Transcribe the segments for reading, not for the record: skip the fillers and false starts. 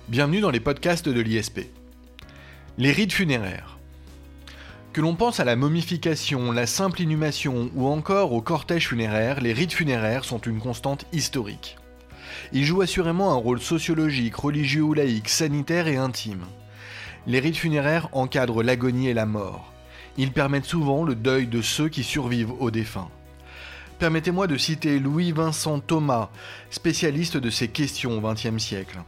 Bienvenue dans les podcasts de l'ISP. Les rites funéraires. Que l'on pense à la momification, la simple inhumation ou encore au cortège funéraire, les rites funéraires sont une constante historique. Ils jouent assurément un rôle sociologique, religieux ou laïque, sanitaire et intime. Les rites funéraires encadrent l'agonie et la mort. Ils permettent souvent le deuil de ceux qui survivent aux défunts. Permettez-moi de citer Louis-Vincent Thomas, spécialiste de ces questions au XXe siècle.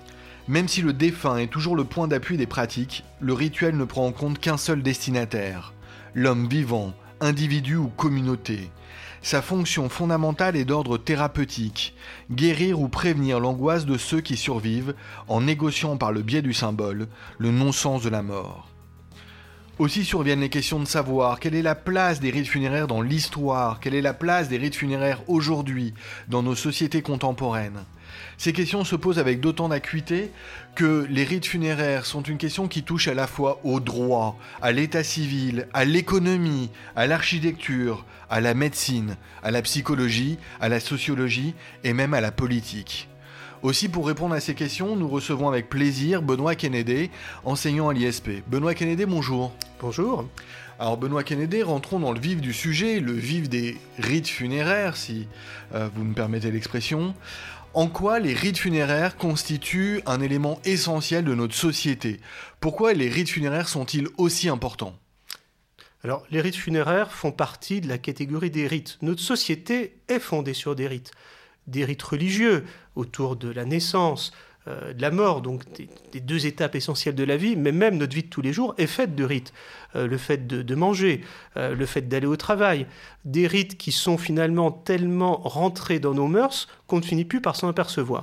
Même si le défunt est toujours le point d'appui des pratiques, le rituel ne prend en compte qu'un seul destinataire, l'homme vivant, individu ou communauté. Sa fonction fondamentale est d'ordre thérapeutique, guérir ou prévenir l'angoisse de ceux qui survivent en négociant par le biais du symbole le non-sens de la mort. Aussi surviennent les questions de savoir quelle est la place des rites funéraires dans l'histoire, quelle est la place des rites funéraires aujourd'hui dans nos sociétés contemporaines. Ces questions se posent avec d'autant d'acuité que les rites funéraires sont une question qui touche à la fois au droit, à l'état civil, à l'économie, à l'architecture, à la médecine, à la psychologie, à la sociologie et même à la politique. Aussi, pour répondre à ces questions, nous recevons avec plaisir Benoît Kennedy, enseignant à l'ISP. Benoît Kennedy, bonjour. Bonjour. Alors Benoît Kennedy, rentrons dans le vif du sujet, le vif des rites funéraires, si vous me permettez l'expression. En quoi les rites funéraires constituent un élément essentiel de notre société ? Pourquoi les rites funéraires sont-ils aussi importants ? Alors, les rites funéraires font partie de la catégorie des rites. Notre société est fondée sur des rites religieux autour de la naissance, de la mort, donc des deux étapes essentielles de la vie, mais même notre vie de tous les jours est faite de rites. Le fait de manger, le fait d'aller au travail, des rites qui sont finalement tellement rentrés dans nos mœurs qu'on ne finit plus par s'en apercevoir.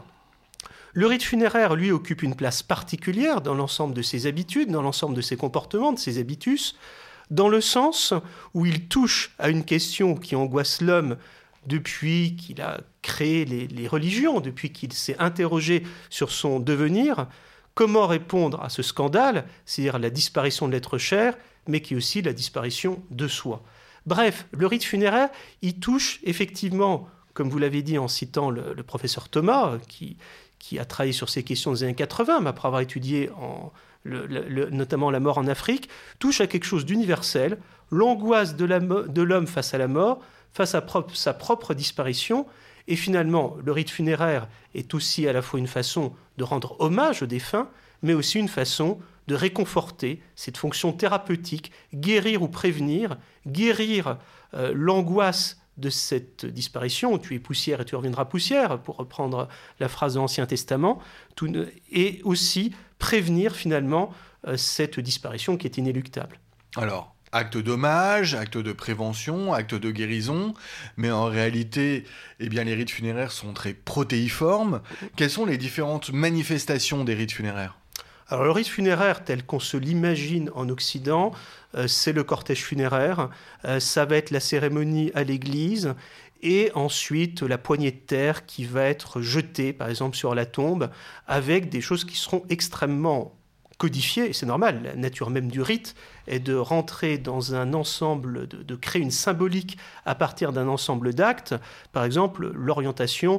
Le rite funéraire, lui, occupe une place particulière dans l'ensemble de ses habitudes, dans l'ensemble de ses comportements, de ses habitus, dans le sens où il touche à une question qui angoisse l'homme depuis qu'il a créé les religions, depuis qu'il s'est interrogé sur son devenir. Comment répondre à ce scandale, c'est-à-dire la disparition de l'être cher, mais qui est aussi la disparition de soi. Bref, le rite funéraire, il touche effectivement, comme vous l'avez dit en citant le professeur Thomas, qui a travaillé sur ces questions des années 80, après avoir étudié notamment la mort en Afrique, touche à quelque chose d'universel, l'angoisse de l'homme face à la mort, face à sa propre disparition. Et finalement, le rite funéraire est aussi à la fois une façon de rendre hommage aux défunts, mais aussi une façon de réconforter cette fonction thérapeutique, guérir ou prévenir, guérir l'angoisse de cette disparition, tu es poussière et tu reviendras poussière, pour reprendre la phrase de l'Ancien Testament, et aussi prévenir finalement cette disparition qui est inéluctable. Alors, acte d'hommage, acte de prévention, acte de guérison, mais en réalité, les rites funéraires sont très protéiformes. Quelles sont les différentes manifestations des rites funéraires ? Alors le rite funéraire tel qu'on se l'imagine en Occident, c'est le cortège funéraire, ça va être la cérémonie à l'église et ensuite la poignée de terre qui va être jetée par exemple sur la tombe avec des choses qui seront extrêmement codifié, et c'est normal, la nature même du rite est de rentrer dans un ensemble, de créer une symbolique à partir d'un ensemble d'actes, par exemple l'orientation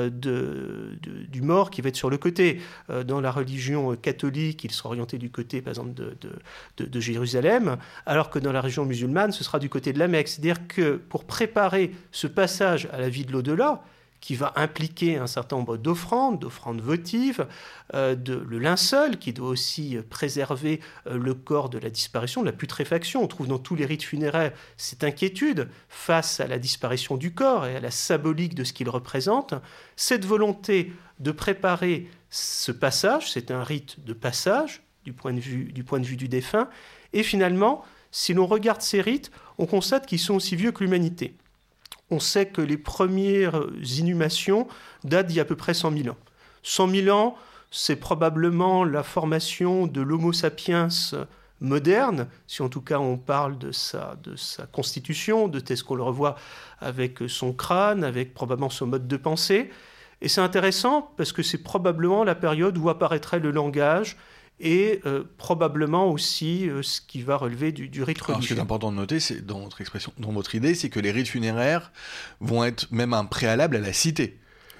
du mort qui va être sur le côté. Dans la religion catholique, il sera orienté du côté, par exemple, de Jérusalem, alors que dans la religion musulmane, ce sera du côté de la Mecque. C'est-à-dire que pour préparer ce passage à la vie de l'au-delà, qui va impliquer un certain nombre d'offrandes votives, le linceul qui doit aussi préserver le corps de la disparition, de la putréfaction. On trouve dans tous les rites funéraires cette inquiétude face à la disparition du corps et à la symbolique de ce qu'il représente. Cette volonté de préparer ce passage, c'est un rite de passage du point de vue du défunt. Et finalement, si l'on regarde ces rites, on constate qu'ils sont aussi vieux que l'humanité. On sait que les premières inhumations datent d'il y a à peu près 100 000 ans. 100 000 ans, c'est probablement la formation de l'Homo sapiens moderne, si en tout cas on parle de sa constitution, de tel qu'on le revoit avec son crâne, avec probablement son mode de pensée. Et c'est intéressant parce que c'est probablement la période où apparaîtrait le langage et probablement aussi ce qui va relever du rite religieux. Alors, ce qui est important de noter, c'est dans votre idée, c'est que les rites funéraires vont être même un préalable à la cité. Oui,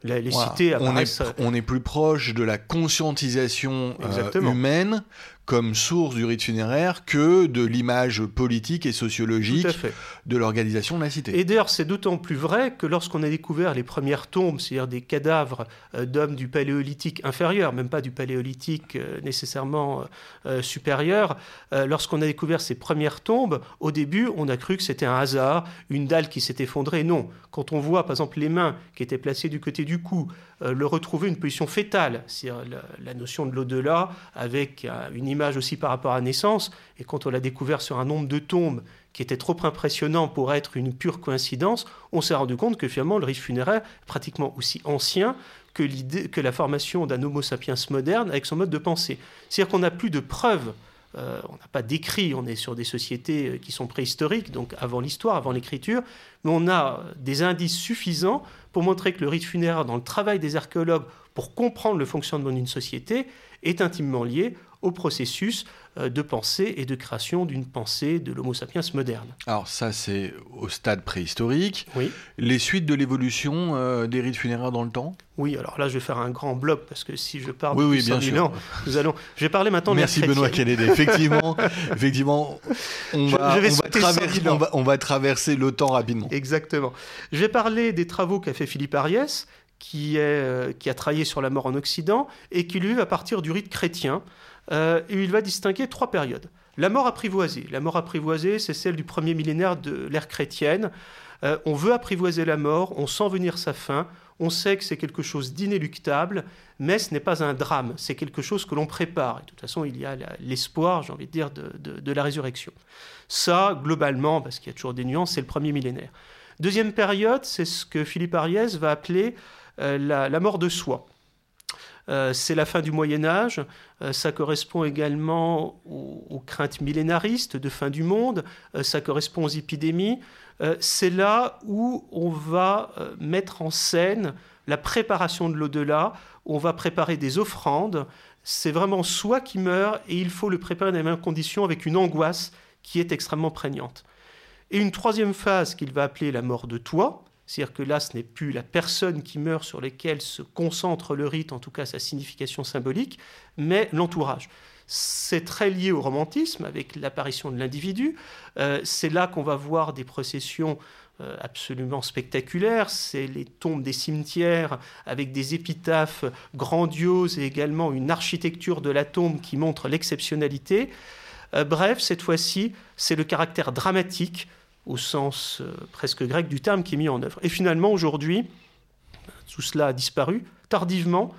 Les cités apparaissent... On est plus proche de la conscientisation humaine comme source du rite funéraire que de l'image politique et sociologique de l'organisation de la cité. Et d'ailleurs, c'est d'autant plus vrai que lorsqu'on a découvert les premières tombes, c'est-à-dire des cadavres d'hommes du paléolithique inférieur, même pas du paléolithique nécessairement supérieur, lorsqu'on a découvert ces premières tombes, au début, on a cru que c'était un hasard, une dalle qui s'est effondrée. Non. Quand on voit, par exemple, les mains qui étaient placées du côté du cou, le retrouver une position fétale, c'est-à-dire la notion de l'au-delà, avec une image aussi par rapport à la naissance, et quand on l'a découvert sur un nombre de tombes qui était trop impressionnant pour être une pure coïncidence, on s'est rendu compte que finalement le rite funéraire est pratiquement aussi ancien que la formation d'un homo sapiens moderne avec son mode de pensée. C'est-à-dire qu'on n'a plus de preuves, on n'a pas d'écrit, on est sur des sociétés qui sont préhistoriques, donc avant l'histoire, avant l'écriture, mais on a des indices suffisants pour montrer que le rite funéraire, dans le travail des archéologues, pour comprendre le fonctionnement d'une société, est intimement lié au processus de pensée et de création d'une pensée de l'homo sapiens moderne. Alors ça, c'est au stade préhistorique. Oui. Les suites de l'évolution des rites funéraires dans le temps ? Oui, alors là, je vais faire un grand bloc, parce que si je parle de bien sûr. Je vais parler maintenant de l'ère chrétienne. Merci Benoît Kellédé. Effectivement, on va traverser le temps rapidement. Exactement. Je vais parler des travaux qu'a fait Philippe Ariès, qui a travaillé sur la mort en Occident, et qui lui va partir du rite chrétien. Et il va distinguer 3 périodes. La mort apprivoisée. La mort apprivoisée, c'est celle du premier millénaire de l'ère chrétienne. On veut apprivoiser la mort, on sent venir sa fin, on sait que c'est quelque chose d'inéluctable, mais ce n'est pas un drame, c'est quelque chose que l'on prépare. Et de toute façon, il y a l'espoir, j'ai envie de dire, de la résurrection. Ça, globalement, parce qu'il y a toujours des nuances, c'est le premier millénaire. Deuxième période, c'est ce que Philippe Ariès va appeler la mort de soi. C'est la fin du Moyen-Âge, ça correspond également aux craintes millénaristes de fin du monde, ça correspond aux épidémies. C'est là où on va mettre en scène la préparation de l'au-delà, où on va préparer des offrandes. C'est vraiment soi qui meurt et il faut le préparer dans les mêmes conditions avec une angoisse qui est extrêmement prégnante. Et une troisième phase qu'il va appeler la mort de toi, c'est-à-dire que là, ce n'est plus la personne qui meurt sur laquelle se concentre le rite, en tout cas sa signification symbolique, mais l'entourage. C'est très lié au romantisme, avec l'apparition de l'individu. C'est là qu'on va voir des processions absolument spectaculaires. C'est les tombes des cimetières, avec des épitaphes grandioses et également une architecture de la tombe qui montre l'exceptionnalité. Bref, cette fois-ci, c'est le caractère dramatique, au sens presque grec du terme, qui est mis en œuvre. Et finalement, aujourd'hui, tout cela a disparu. Tardivement,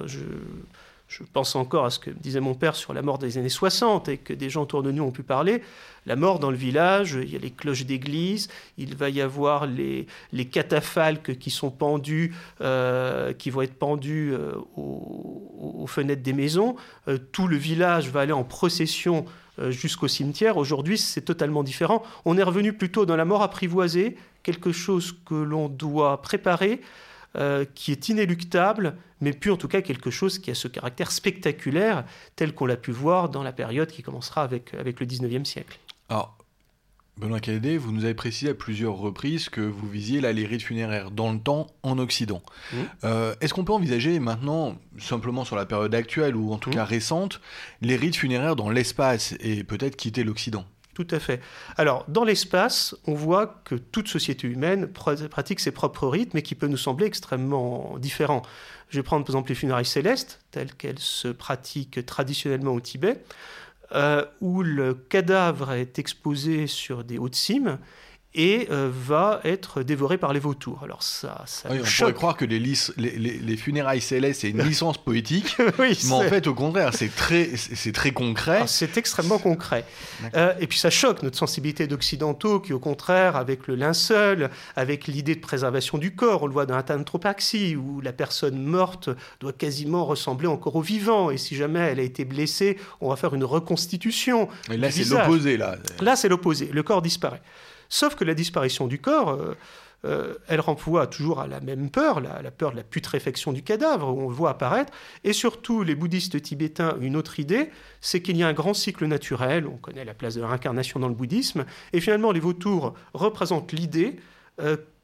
je pense encore à ce que disait mon père sur la mort des années 60 et que des gens autour de nous ont pu parler. La mort dans le village, il y a les cloches d'église, il va y avoir les catafalques qui sont pendus, qui vont être pendus aux fenêtres des maisons. Tout le village va aller en procession jusqu'au cimetière. Aujourd'hui, c'est totalement différent. On est revenu plutôt dans la mort apprivoisée, quelque chose que l'on doit préparer, qui est inéluctable, mais puis en tout cas quelque chose qui a ce caractère spectaculaire, tel qu'on l'a pu voir dans la période qui commencera avec le 19e siècle. Alors, Benoît Kellédé, vous nous avez précisé à plusieurs reprises que vous visiez là les rites funéraires dans le temps en Occident. Est-ce qu'on peut envisager maintenant, simplement sur la période actuelle ou en tout cas récente, les rites funéraires dans l'espace et peut-être quitter l'Occident ? Tout à fait. Alors, dans l'espace, on voit que toute société humaine pratique ses propres rites, mais qui peut nous sembler extrêmement différents. Je vais prendre par exemple les funérailles célestes, telles qu'elles se pratiquent traditionnellement au Tibet, où le cadavre est exposé sur des hautes cimes et va être dévoré par les vautours. Alors ça oui, on pourrait croire que les funérailles célestes, c'est une licence poétique, oui, mais en fait, au contraire, c'est très concret. Alors, c'est extrêmement concret. Et puis ça choque notre sensibilité d'occidentaux qui, au contraire, avec le linceul, avec l'idée de préservation du corps, on le voit dans la thanatropraxie, où la personne morte doit quasiment ressembler encore au vivant, et si jamais elle a été blessée, on va faire une reconstitution. Et là, c'est visage. L'opposé. Là, c'est l'opposé. Le corps disparaît. Sauf que la disparition du corps, elle renvoie toujours à la même peur, la peur de la putréfaction du cadavre, où on le voit apparaître. Et surtout, les bouddhistes tibétains ont une autre idée, c'est qu'il y a un grand cycle naturel, on connaît la place de la réincarnation dans le bouddhisme, et finalement, les vautours représentent l'idée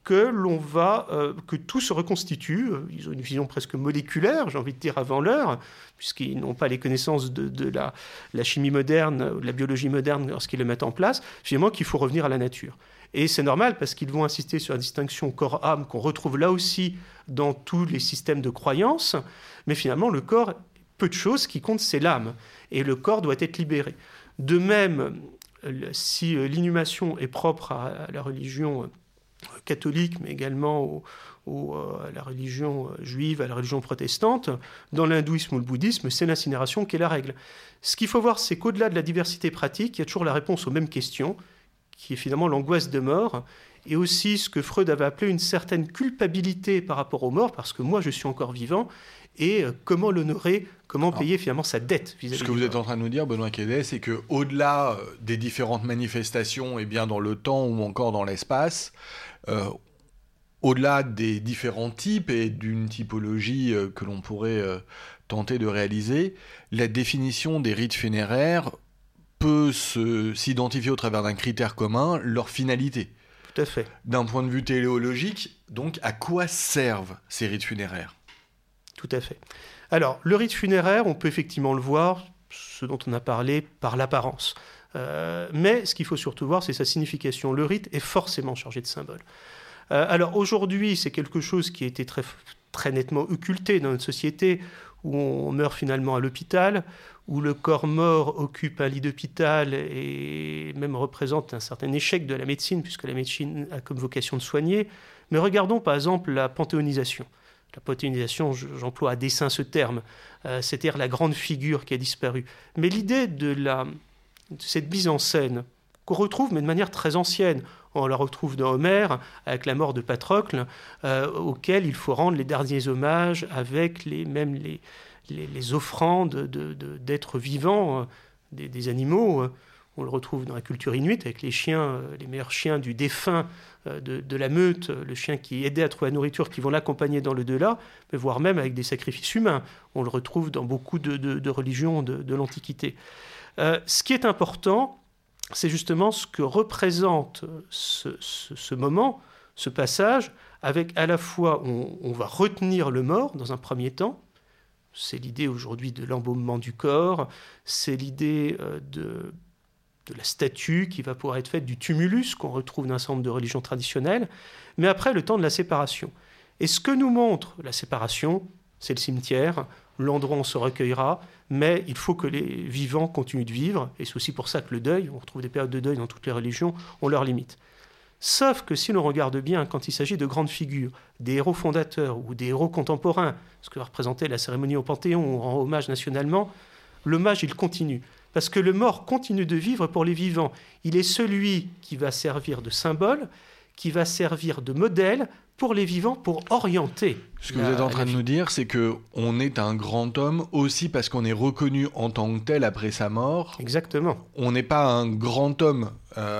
que tout se reconstitue. Ils ont une vision presque moléculaire, j'ai envie de dire, avant l'heure, puisqu'ils n'ont pas les connaissances de la chimie moderne, de la biologie moderne lorsqu'ils le mettent en place, finalement qu'il faut revenir à la nature. Et c'est normal parce qu'ils vont insister sur la distinction corps-âme qu'on retrouve là aussi dans tous les systèmes de croyance, mais finalement le corps, peu de choses, ce qui compte c'est l'âme, et le corps doit être libéré. De même, si l'inhumation est propre à la religion catholique, mais également à la religion juive, à la religion protestante, dans l'hindouisme ou le bouddhisme, c'est l'incinération qui est la règle. Ce qu'il faut voir, c'est qu'au-delà de la diversité pratique, il y a toujours la réponse aux mêmes questions, qui est finalement l'angoisse de mort, et aussi ce que Freud avait appelé une certaine culpabilité par rapport aux morts, parce que moi je suis encore vivant, et comment l'honorer, comment payer finalement sa dette vis-à-vis. Ce que vous êtes en train de nous dire, Benoît Quédet, c'est qu'au-delà des différentes manifestations, dans le temps ou encore dans l'espace, au-delà des différents types et d'une typologie que l'on pourrait tenter de réaliser, la définition des rites funéraires peut s'identifier au travers d'un critère commun, leur finalité. Tout à fait. D'un point de vue téléologique, donc, à quoi servent ces rites funéraires ? Tout à fait. Alors, le rite funéraire, on peut effectivement le voir, ce dont on a parlé, par l'apparence. Mais ce qu'il faut surtout voir, c'est sa signification. Le rite est forcément chargé de symboles. Alors, aujourd'hui, c'est quelque chose qui a été très, très nettement occulté dans notre société, où on meurt finalement à l'hôpital, où le corps mort occupe un lit d'hôpital et même représente un certain échec de la médecine, puisque la médecine a comme vocation de soigner. Mais regardons par exemple la panthéonisation. La panthéonisation, j'emploie à dessein ce terme, c'est-à-dire la grande figure qui a disparu. Mais l'idée de cette mise en scène, qu'on retrouve, mais de manière très ancienne, on la retrouve dans Homère, avec la mort de Patrocle, auquel il faut rendre les derniers hommages, avec les offrandes d'êtres vivants, des animaux. On le retrouve dans la culture inuite, avec les chiens, les meilleurs chiens du défunt de la meute, le chien qui aidait à trouver la nourriture, qui vont l'accompagner dans le delà, mais voire même avec des sacrifices humains. On le retrouve dans beaucoup de religions de l'Antiquité. Ce qui est important, c'est justement ce que représente ce moment, ce passage, avec à la fois, on va retenir le mort dans un premier temps. C'est l'idée aujourd'hui de l'embaumement du corps, c'est l'idée de la statue qui va pouvoir être faite du tumulus qu'on retrouve dans un certain nombre de religions traditionnelles, mais après le temps de la séparation. Et ce que nous montre la séparation, c'est le cimetière, l'endroit où on se recueillera, mais il faut que les vivants continuent de vivre, et c'est aussi pour ça que le deuil, on retrouve des périodes de deuil dans toutes les religions, ont leurs limites. Sauf que si l'on regarde bien, quand il s'agit de grandes figures, des héros fondateurs ou des héros contemporains, ce que va représenter la cérémonie au Panthéon, on rend hommage nationalement, l'hommage il continue. Parce que le mort continue de vivre pour les vivants. Il est celui qui va servir de symbole, qui va servir de modèle pour les vivants, pour orienter. Ce que vous êtes en train de nous dire, c'est qu'on est un grand homme aussi parce qu'on est reconnu en tant que tel après sa mort. Exactement. On n'est pas un grand homme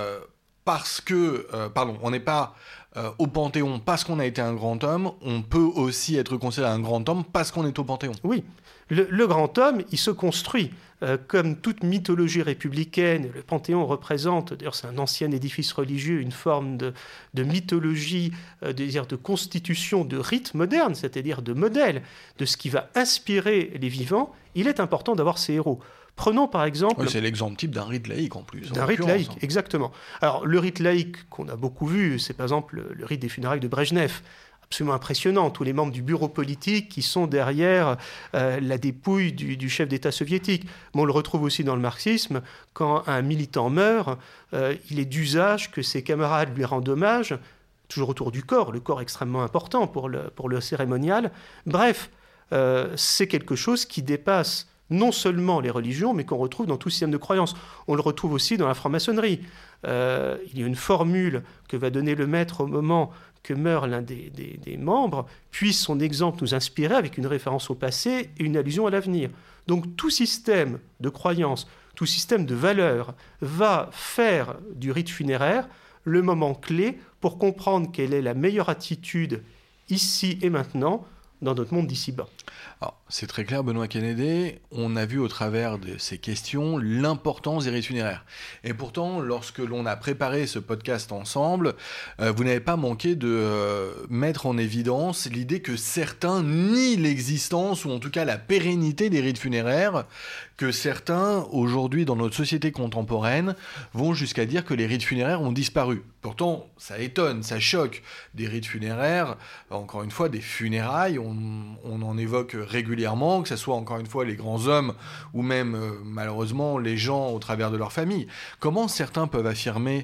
parce que... on n'est pas au Panthéon parce qu'on a été un grand homme. On peut aussi être considéré un grand homme parce qu'on est au Panthéon. Oui. Le grand homme, il se construit. Comme toute mythologie républicaine, le Panthéon représente, d'ailleurs c'est un ancien édifice religieux, une forme de mythologie, de constitution de rite moderne, c'est-à-dire de modèle, de ce qui va inspirer les vivants. Il est important d'avoir ces héros. Prenons par exemple... Oui, c'est l'exemple type d'un rite laïque en plus. D'un rite laïque, exactement. Alors le rite laïque qu'on a beaucoup vu, c'est par exemple le rite des funérailles de Brejnev, absolument impressionnant, tous les membres du bureau politique qui sont derrière la dépouille du chef d'État soviétique. Mais on le retrouve aussi dans le marxisme, quand un militant meurt, il est d'usage que ses camarades lui rendent hommage, toujours autour du corps, le corps extrêmement important pour le cérémonial. Bref, c'est quelque chose qui dépasse non seulement les religions, mais qu'on retrouve dans tout système de croyance. On le retrouve aussi dans la franc-maçonnerie. Il y a une formule que va donner le maître au moment que meurt l'un des membres, puisse son exemple nous inspirer avec une référence au passé et une allusion à l'avenir. Donc tout système de croyance, tout système de valeurs va faire du rite funéraire le moment clé pour comprendre quelle est la meilleure attitude ici et maintenant dans notre monde d'ici-bas. Alors, C'est très clair, Benoît Kennedy. On a vu au travers de ces questions l'importance des rites funéraires. Et pourtant, lorsque l'on a préparé ce podcast ensemble, vous n'avez pas manqué de mettre en évidence l'idée que certains nient l'existence, ou en tout cas la pérennité des rites funéraires, que certains, aujourd'hui, dans notre société contemporaine, vont jusqu'à dire que les rites funéraires ont disparu. Pourtant, ça étonne, ça choque. Des rites funéraires, encore une fois, des funérailles, on en évoque régulièrement, que ce soit encore une fois les grands hommes ou même malheureusement les gens au travers de leur famille. Comment certains peuvent affirmer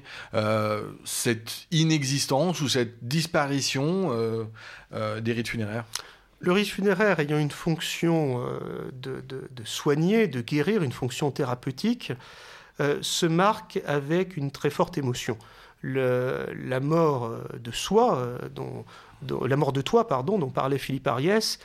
cette inexistence ou cette disparition des rites funéraires ? Le rite funéraire ayant une fonction de soigner, de guérir, une fonction thérapeutique, se marque avec une très forte émotion. La mort de soi, la mort de toi, dont parlait Philippe Ariès,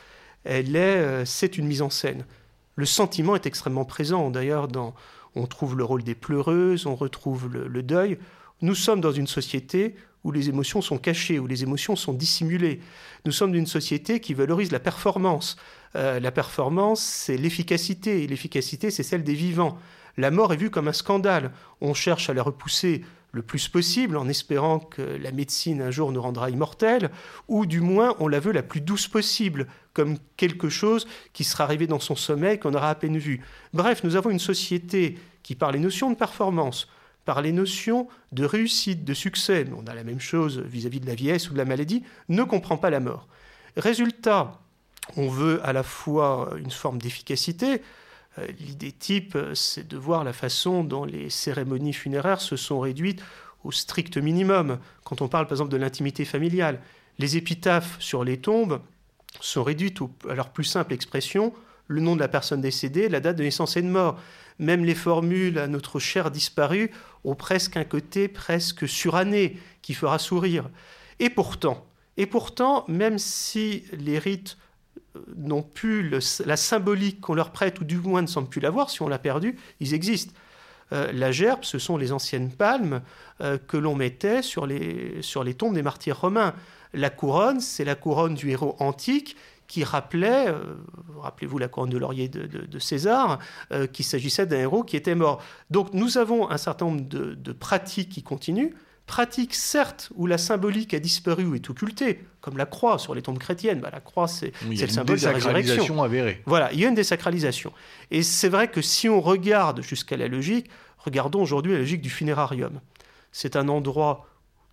c'est une mise en scène. Le sentiment est extrêmement présent. D'ailleurs, on trouve le rôle des pleureuses, on retrouve le deuil. Nous sommes dans une société où les émotions sont cachées, où les émotions sont dissimulées. Nous sommes dans une société qui valorise la performance. La performance, c'est l'efficacité, et l'efficacité, c'est celle des vivants. La mort est vue comme un scandale. On cherche à la repousser le plus possible, en espérant que la médecine un jour nous rendra immortels, ou du moins on la veut la plus douce possible, comme quelque chose qui sera arrivé dans son sommeil, qu'on aura à peine vu. Bref, nous avons une société qui, par les notions de performance, par les notions de réussite, de succès, mais on a la même chose vis-à-vis de la vieillesse ou de la maladie, ne comprend pas la mort. Résultat, on veut à la fois une forme d'efficacité. L'idée type, c'est de voir la façon dont les cérémonies funéraires se sont réduites au strict minimum. Quand on parle par exemple de l'intimité familiale, les épitaphes sur les tombes sont réduites à leur plus simple expression, le nom de la personne décédée, la date de naissance et de mort. Même les formules à notre cher disparu ont presque un côté presque suranné qui fera sourire. Et pourtant, même si les rites n'ont plus la symbolique qu'on leur prête, ou du moins ne semblent plus l'avoir, si on l'a perdu, ils existent. La gerbe, ce sont les anciennes palmes que l'on mettait sur les tombes des martyrs romains. La couronne, c'est la couronne du héros antique qui rappelait, rappelez-vous la couronne de laurier de César, qu'il s'agissait d'un héros qui était mort. Donc nous avons un certain nombre de pratiques qui continuent, pratiques certes où la symbolique a disparu ou est occultée, comme la croix sur les tombes chrétiennes. La croix, c'est le symbole de la résurrection. Avérée. Voilà, il y a une désacralisation. Et c'est vrai que si on regarde jusqu'à la logique, regardons aujourd'hui la logique du funérarium. C'est un endroit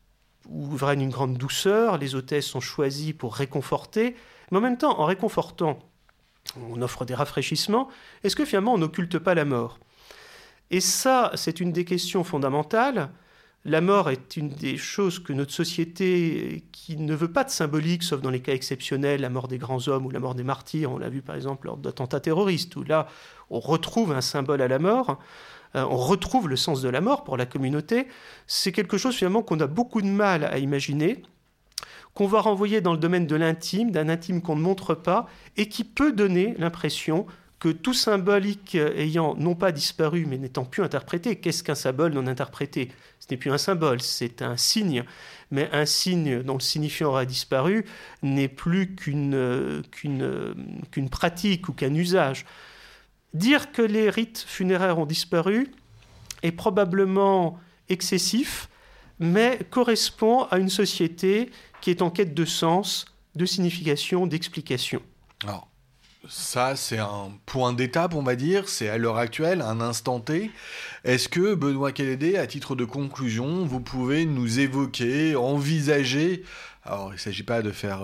où règne une grande douceur, les hôtesses sont choisies pour réconforter, mais en même temps, en réconfortant, on offre des rafraîchissements. Est-ce que finalement on n'occulte pas la mort ? Et ça, c'est une des questions fondamentales. La mort est une des choses que notre société, qui ne veut pas de symbolique, sauf dans les cas exceptionnels, la mort des grands hommes ou la mort des martyrs, on l'a vu par exemple lors d'attentats terroristes, où là, on retrouve un symbole à la mort, on retrouve le sens de la mort pour la communauté. C'est quelque chose finalement qu'on a beaucoup de mal à imaginer, qu'on va renvoyer dans le domaine de l'intime, d'un intime qu'on ne montre pas, et qui peut donner l'impression que tout symbolique ayant non pas disparu, mais n'étant plus interprété, qu'est-ce qu'un symbole non interprété ? Ce n'est plus un symbole, c'est un signe. Mais un signe dont le signifiant aura disparu n'est plus qu'une pratique ou qu'un usage. Dire que les rites funéraires ont disparu est probablement excessif, mais correspond à une société qui est en quête de sens, de signification, d'explication. Alors, ça, c'est un point d'étape, on va dire. C'est à l'heure actuelle, un instant T. Est-ce que, Benoît Kennedy, à titre de conclusion, vous pouvez nous évoquer, envisager... Alors, il ne s'agit pas de faire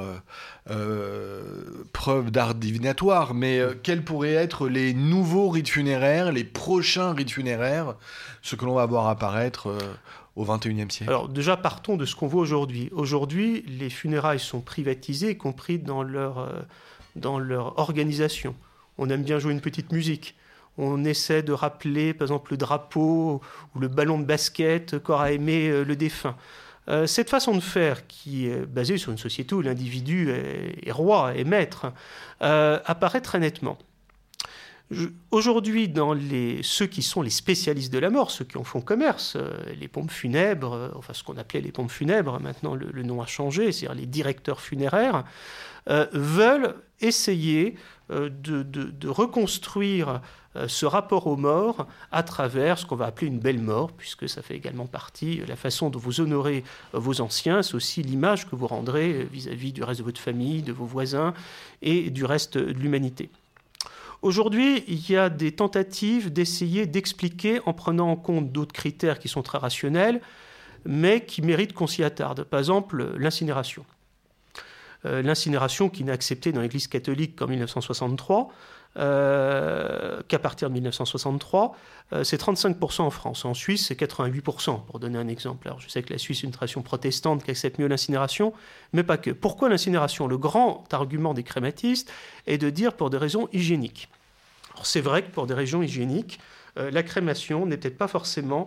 preuve d'art divinatoire, mais quels pourraient être les nouveaux rites funéraires, les prochains rites funéraires, ce que l'on va voir apparaître au XXIe siècle ? Alors déjà, partons de ce qu'on voit aujourd'hui. Aujourd'hui, les funérailles sont privatisées, y compris dans leur organisation. On aime bien jouer une petite musique. On essaie de rappeler, par exemple, le drapeau ou le ballon de basket qu'aura aimé le défunt. Cette façon de faire, qui est basée sur une société où l'individu est roi, est maître, apparaît très nettement. Aujourd'hui, dans ceux qui sont les spécialistes de la mort, ceux qui en font commerce, les pompes funèbres, enfin ce qu'on appelait les pompes funèbres, maintenant le nom a changé, c'est-à-dire les directeurs funéraires, veulent essayer de reconstruire ce rapport aux morts à travers ce qu'on va appeler une belle mort, puisque ça fait également partie de la façon dont vous honorez vos anciens. C'est aussi l'image que vous rendrez vis-à-vis du reste de votre famille, de vos voisins et du reste de l'humanité. Aujourd'hui, il y a des tentatives d'essayer d'expliquer en prenant en compte d'autres critères qui sont très rationnels, mais qui méritent qu'on s'y attarde. Par exemple, l'incinération. L'incinération qui n'est acceptée dans l'Église catholique qu'en 1963, qu'à partir de 1963, c'est 35% en France. En Suisse, c'est 88%, pour donner un exemple. Alors, je sais que la Suisse est une tradition protestante qui accepte mieux l'incinération, mais pas que. Pourquoi l'incinération ? Le grand argument des crématistes est de dire pour des raisons hygiéniques. Alors, c'est vrai que pour des raisons hygiéniques, la crémation n'est peut-être pas forcément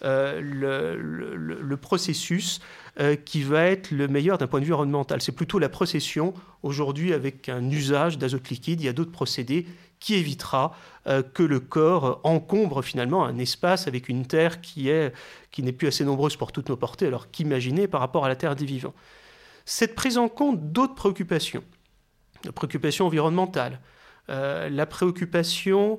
le processus qui va être le meilleur d'un point de vue environnemental. C'est plutôt la procession. Aujourd'hui, avec un usage d'azote liquide, il y a d'autres procédés qui évitera que le corps encombre finalement un espace avec une terre qui n'est plus assez nombreuse pour toutes nos portées, alors qu'imaginer par rapport à la terre des vivants. Cette prise en compte d'autres préoccupations, la préoccupation environnementale, la préoccupation,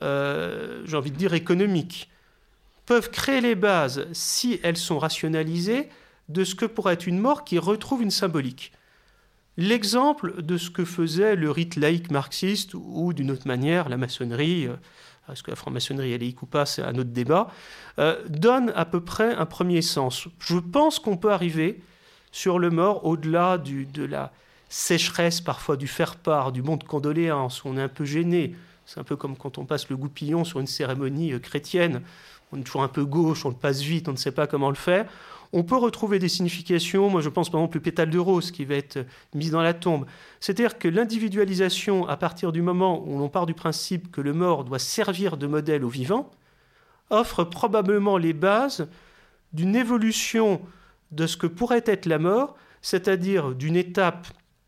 j'ai envie de dire, économique, peuvent créer les bases, si elles sont rationalisées, de ce que pourrait être une mort qui retrouve une symbolique. L'exemple de ce que faisait le rite laïque marxiste ou d'une autre manière la maçonnerie, est-ce que la franc-maçonnerie est laïque ou pas, c'est un autre débat, donne à peu près un premier sens. Je pense qu'on peut arriver sur le mort au-delà de la sécheresse, parfois du faire-part, du mot de condoléances, on est un peu gêné. C'est un peu comme quand on passe le goupillon sur une cérémonie chrétienne. On est toujours un peu gauche, on le passe vite, on ne sait pas comment le faire. On peut retrouver des significations, moi je pense par exemple le pétale de rose qui va être mis dans la tombe. C'est-à-dire que l'individualisation, à partir du moment où l'on part du principe que le mort doit servir de modèle au vivant, offre probablement les bases d'une évolution de ce que pourrait être la mort, c'est-à-dire d'une étape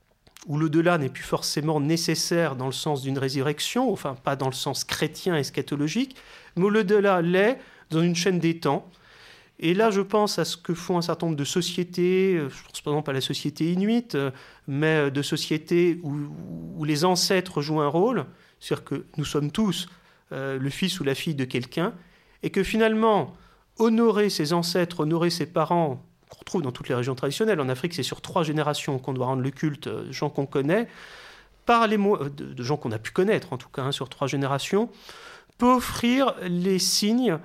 où l'au-delà n'est plus forcément nécessaire dans le sens d'une résurrection, enfin pas dans le sens chrétien eschatologique, mais où l'au-delà l'est dans une chaîne des temps. Et là, je pense à ce que font un certain nombre de sociétés, je pense par exemple à la société inuite, mais de sociétés où les ancêtres jouent un rôle, c'est-à-dire que nous sommes tous le fils ou la fille de quelqu'un, et que finalement, honorer ses ancêtres, honorer ses parents, qu'on retrouve dans toutes les régions traditionnelles, en Afrique, c'est sur 3 générations qu'on doit rendre le culte, de gens qu'on connaît, par les de gens qu'on a pu connaître, en tout cas, sur 3 générations, peut offrir les signes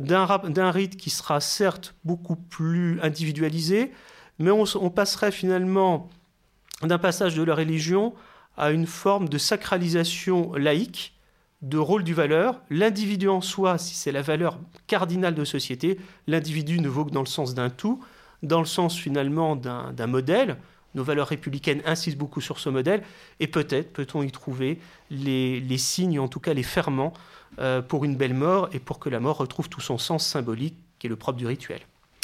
d'un rite qui sera certes beaucoup plus individualisé, mais on passerait finalement d'un passage de la religion à une forme de sacralisation laïque, de rôle du valeur. L'individu en soi, si c'est la valeur cardinale de société, l'individu ne vaut que dans le sens d'un tout, dans le sens finalement d'un modèle. Nos valeurs républicaines insistent beaucoup sur ce modèle, et peut-être peut-on y trouver les signes, en tout cas les ferments, pour une belle mort et pour que la mort retrouve tout son sens symbolique qui est le propre du rituel.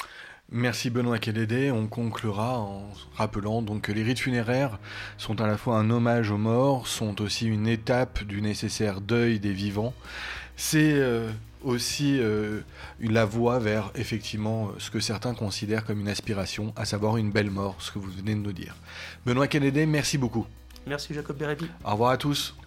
Merci Benoît Kédédé. On conclura en rappelant donc que les rites funéraires sont à la fois un hommage aux morts, sont aussi une étape du nécessaire deuil des vivants. C'est aussi la voie vers effectivement ce que certains considèrent comme une aspiration, à savoir une belle mort, ce que vous venez de nous dire. Benoît Kédédé, merci beaucoup. Merci Jacob Bérébi. Au revoir à tous.